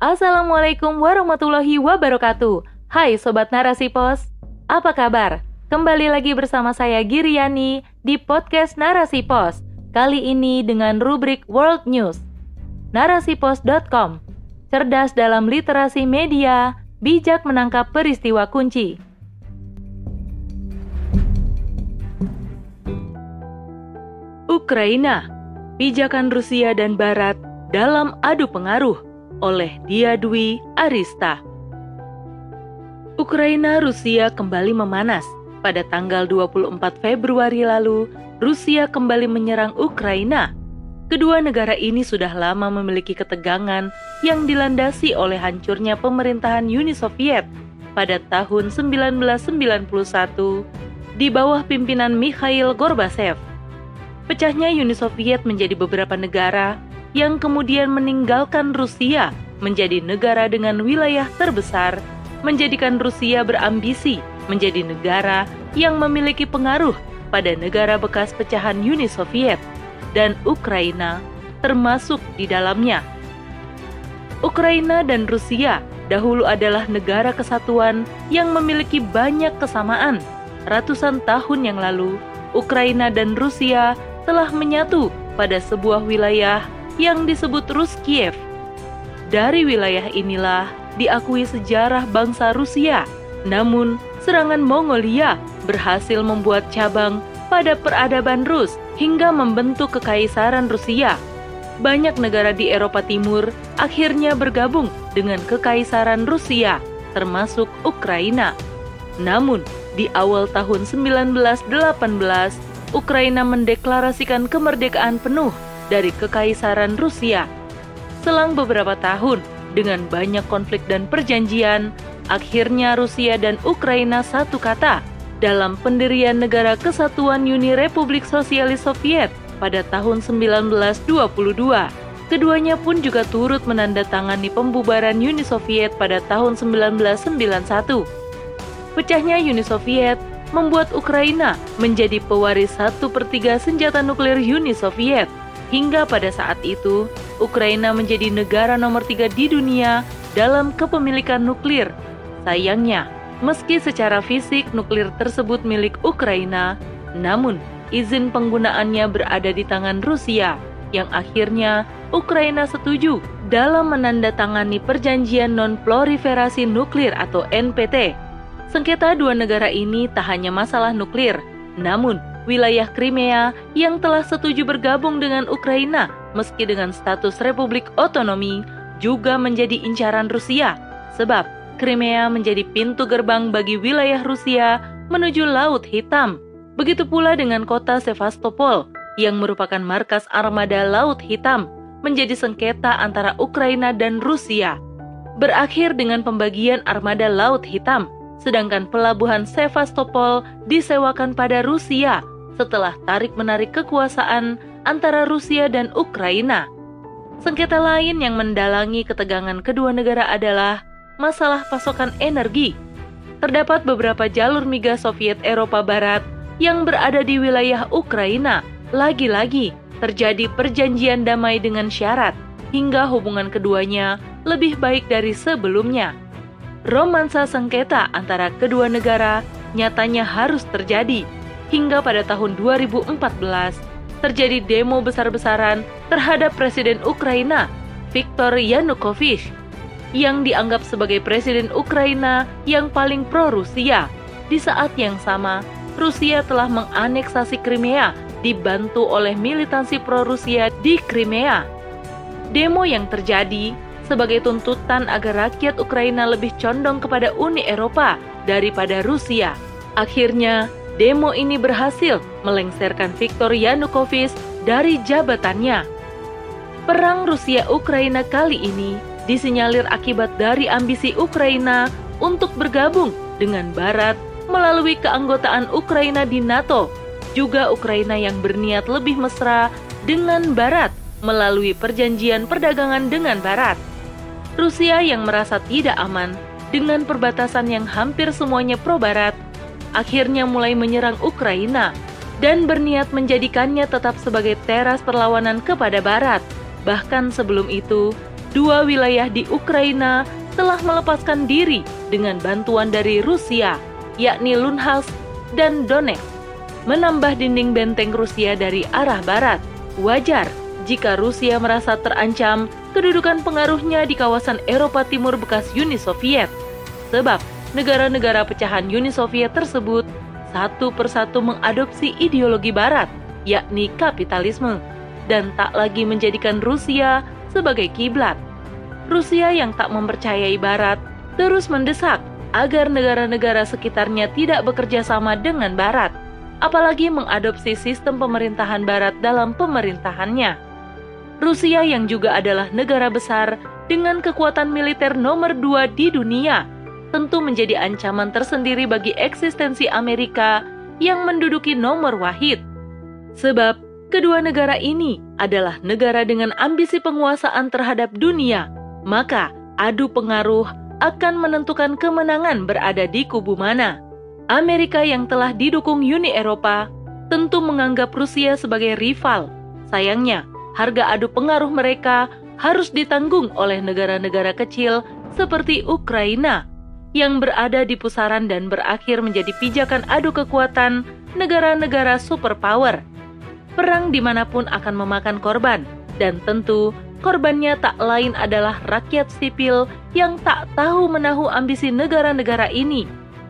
Assalamualaikum warahmatullahi wabarakatuh. Hai Sobat Narasi Pos, apa kabar? Kembali lagi bersama saya Giriani di podcast Narasi Pos. Kali ini dengan rubrik World News. Narasipos.com, cerdas dalam literasi media, bijak menangkap peristiwa kunci. Ukraina, pijakan Rusia dan Barat dalam adu pengaruh, oleh Dia Dwi Arista. Ukraina-Rusia kembali memanas. Pada tanggal 24 Februari lalu, Rusia kembali menyerang Ukraina. Kedua negara ini sudah lama memiliki ketegangan yang dilandasi oleh hancurnya pemerintahan Uni Soviet pada tahun 1991 di bawah pimpinan Mikhail Gorbachev. Pecahnya Uni Soviet menjadi beberapa negara yang kemudian meninggalkan Rusia menjadi negara dengan wilayah terbesar, menjadikan Rusia berambisi menjadi negara yang memiliki pengaruh pada negara bekas pecahan Uni Soviet, dan Ukraina termasuk di dalamnya. Ukraina dan Rusia dahulu adalah negara kesatuan yang memiliki banyak kesamaan. Ratusan tahun yang lalu, Ukraina dan Rusia telah menyatu pada sebuah wilayah yang disebut Rus Kiev. Dari wilayah inilah diakui sejarah bangsa Rusia. Namun, serangan Mongolia berhasil membuat cabang pada peradaban Rus hingga membentuk Kekaisaran Rusia. Banyak negara di Eropa Timur akhirnya bergabung dengan Kekaisaran Rusia, termasuk Ukraina. Namun, di awal tahun 1918, Ukraina mendeklarasikan kemerdekaan penuh dari Kekaisaran Rusia. Selang beberapa tahun, dengan banyak konflik dan perjanjian, akhirnya Rusia dan Ukraina satu kata dalam pendirian Negara Kesatuan Uni Republik Sosialis Soviet pada tahun 1922. Keduanya pun juga turut menandatangani pembubaran Uni Soviet pada tahun 1991. Pecahnya Uni Soviet membuat Ukraina menjadi pewaris 1/3 senjata nuklir Uni Soviet. Hingga pada saat itu, Ukraina menjadi negara nomor 3 di dunia dalam kepemilikan nuklir. Sayangnya, meski secara fisik nuklir tersebut milik Ukraina, namun izin penggunaannya berada di tangan Rusia, yang akhirnya Ukraina setuju dalam menandatangani Perjanjian Non-Proliferasi Nuklir atau NPT. Sengketa dua negara ini tak hanya masalah nuklir, namun wilayah Crimea yang telah setuju bergabung dengan Ukraina meski dengan status Republik Otonomi juga menjadi incaran Rusia, sebab Crimea menjadi pintu gerbang bagi wilayah Rusia menuju Laut Hitam. Begitu pula dengan kota Sevastopol yang merupakan markas armada Laut Hitam, menjadi sengketa antara Ukraina dan Rusia. Berakhir dengan pembagian armada Laut Hitam, sedangkan pelabuhan Sevastopol disewakan pada Rusia setelah tarik-menarik kekuasaan antara Rusia dan Ukraina. Sengketa lain yang mendalangi ketegangan kedua negara adalah masalah pasokan energi. Terdapat beberapa jalur migas Soviet Eropa Barat yang berada di wilayah Ukraina. Lagi-lagi terjadi perjanjian damai dengan syarat, hingga hubungan keduanya lebih baik dari sebelumnya. Romansa sengketa antara kedua negara nyatanya harus terjadi. Hingga pada tahun 2014, terjadi demo besar-besaran terhadap Presiden Ukraina, Viktor Yanukovych, yang dianggap sebagai Presiden Ukraina yang paling pro-Rusia. Di saat yang sama, Rusia telah menganeksasi Crimea, dibantu oleh militansi pro-Rusia di Crimea. Demo yang terjadi sebagai tuntutan agar rakyat Ukraina lebih condong kepada Uni Eropa daripada Rusia. Akhirnya, demo ini berhasil melengsarkan Viktor Yanukovych dari jabatannya. Perang Rusia-Ukraina kali ini disinyalir akibat dari ambisi Ukraina untuk bergabung dengan Barat melalui keanggotaan Ukraina di NATO. Juga Ukraina yang berniat lebih mesra dengan Barat melalui perjanjian perdagangan dengan Barat. Rusia yang merasa tidak aman dengan perbatasan yang hampir semuanya pro-Barat, akhirnya mulai menyerang Ukraina dan berniat menjadikannya tetap sebagai teras perlawanan kepada Barat. Bahkan sebelum itu, dua wilayah di Ukraina telah melepaskan diri dengan bantuan dari Rusia, yakni Luhansk dan Donetsk, menambah dinding benteng Rusia dari arah barat. Wajar jika Rusia merasa terancam kedudukan pengaruhnya di kawasan Eropa Timur bekas Uni Soviet, sebab negara-negara pecahan Uni Soviet tersebut satu persatu mengadopsi ideologi barat, yakni kapitalisme, dan tak lagi menjadikan Rusia sebagai kiblat. Rusia yang tak mempercayai barat terus mendesak agar negara-negara sekitarnya tidak bekerja sama dengan barat, apalagi mengadopsi sistem pemerintahan barat dalam pemerintahannya. Rusia yang juga adalah negara besar dengan kekuatan militer nomor 2 di dunia, tentu menjadi ancaman tersendiri bagi eksistensi Amerika yang menduduki nomor wahid. Sebab kedua negara ini adalah negara dengan ambisi penguasaan terhadap dunia, maka adu pengaruh akan menentukan kemenangan berada di kubu mana. Amerika yang telah didukung Uni Eropa tentu menganggap Rusia sebagai rival. Sayangnya, harga adu pengaruh mereka harus ditanggung oleh negara-negara kecil seperti Ukraina yang berada di pusaran dan berakhir menjadi pijakan adu kekuatan negara-negara superpower. Perang dimanapun akan memakan korban, dan tentu korbannya tak lain adalah rakyat sipil yang tak tahu menahu ambisi negara-negara ini.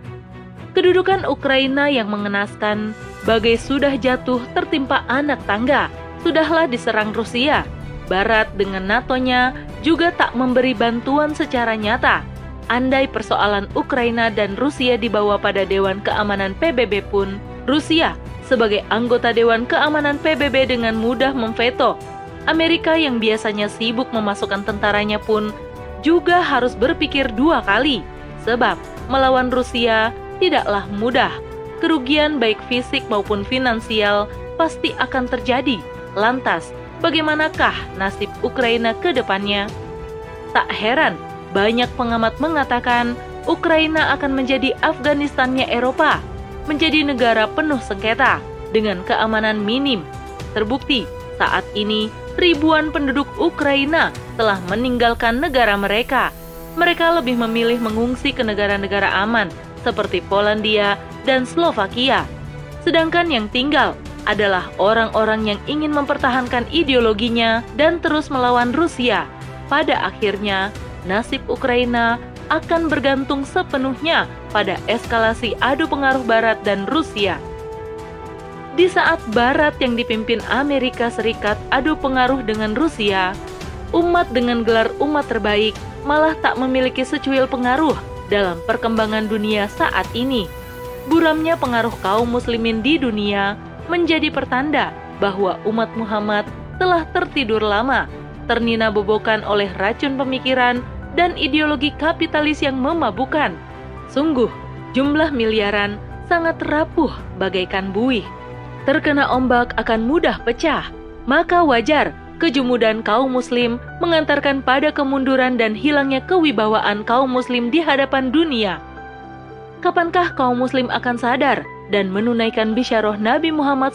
Kedudukan Ukraina yang mengenaskan, bagai sudah jatuh tertimpa anak tangga. Sudahlah diserang Rusia, Barat dengan NATO-nya juga tak memberi bantuan secara nyata. Andai persoalan Ukraina dan Rusia dibawa pada Dewan Keamanan PBB pun, Rusia sebagai anggota Dewan Keamanan PBB dengan mudah memveto. Amerika yang biasanya sibuk memasukkan tentaranya pun juga harus berpikir dua kali, sebab melawan Rusia tidaklah mudah. Kerugian baik fisik maupun finansial pasti akan terjadi. Lantas, bagaimanakah nasib Ukraina ke depannya? Tak heran, banyak pengamat mengatakan Ukraina akan menjadi Afganistannya Eropa, menjadi negara penuh sengketa dengan keamanan minim. Terbukti, saat ini ribuan penduduk Ukraina telah meninggalkan negara mereka. Mereka lebih memilih mengungsi ke negara-negara aman seperti Polandia dan Slovakia. Sedangkan yang tinggal adalah orang-orang yang ingin mempertahankan ideologinya dan terus melawan Rusia. Pada akhirnya, nasib Ukraina akan bergantung sepenuhnya pada eskalasi adu pengaruh Barat dan Rusia. Di saat Barat yang dipimpin Amerika Serikat adu pengaruh dengan Rusia, umat dengan gelar umat terbaik malah tak memiliki secuil pengaruh dalam perkembangan dunia saat ini. Buramnya pengaruh kaum muslimin di dunia menjadi pertanda bahwa umat Muhammad telah tertidur lama, ternina-bobokan oleh racun pemikiran dan ideologi kapitalis yang memabukkan. Sungguh, jumlah miliaran sangat rapuh bagaikan buih. Terkena ombak akan mudah pecah, maka wajar kejumudan kaum muslim mengantarkan pada kemunduran dan hilangnya kewibawaan kaum muslim di hadapan dunia. Kapankah kaum muslim akan sadar dan menunaikan bisyarah Nabi Muhammad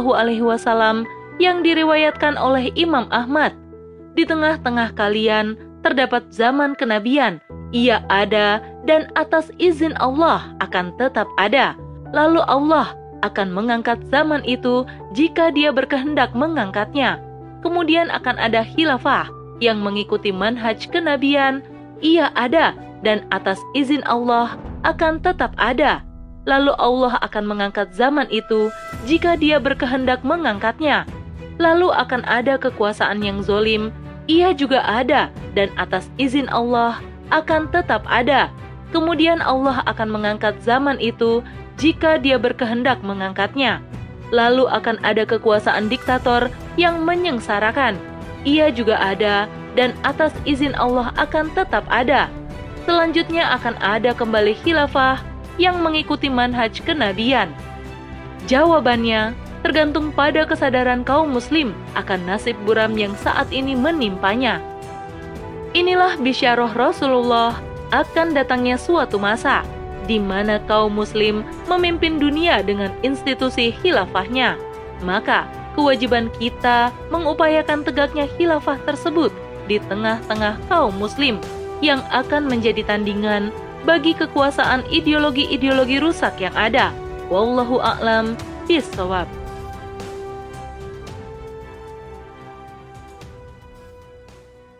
SAW yang diriwayatkan oleh Imam Ahmad? Di tengah-tengah kalian terdapat zaman kenabian, ia ada dan atas izin Allah akan tetap ada. Lalu Allah akan mengangkat zaman itu jika Dia berkehendak mengangkatnya. Kemudian akan ada khilafah yang mengikuti manhaj kenabian, ia ada dan atas izin Allah akan tetap ada. Lalu Allah akan mengangkat zaman itu jika Dia berkehendak mengangkatnya. Lalu akan ada kekuasaan yang zolim, ia juga ada dan atas izin Allah akan tetap ada. Kemudian Allah akan mengangkat zaman itu jika Dia berkehendak mengangkatnya. Lalu akan ada kekuasaan diktator yang menyengsarakan, ia juga ada dan atas izin Allah akan tetap ada. Selanjutnya akan ada kembali khilafah yang mengikuti manhaj kenabian. Jawabannya tergantung pada kesadaran kaum muslim akan nasib buram yang saat ini menimpanya. Inilah bisyarah Rasulullah akan datangnya suatu masa di mana kaum muslim memimpin dunia dengan institusi khilafahnya. Maka kewajiban kita mengupayakan tegaknya khilafah tersebut di tengah-tengah kaum muslim yang akan menjadi tandingan bagi kekuasaan ideologi-ideologi rusak yang ada. Wallahu a'lam bishawab.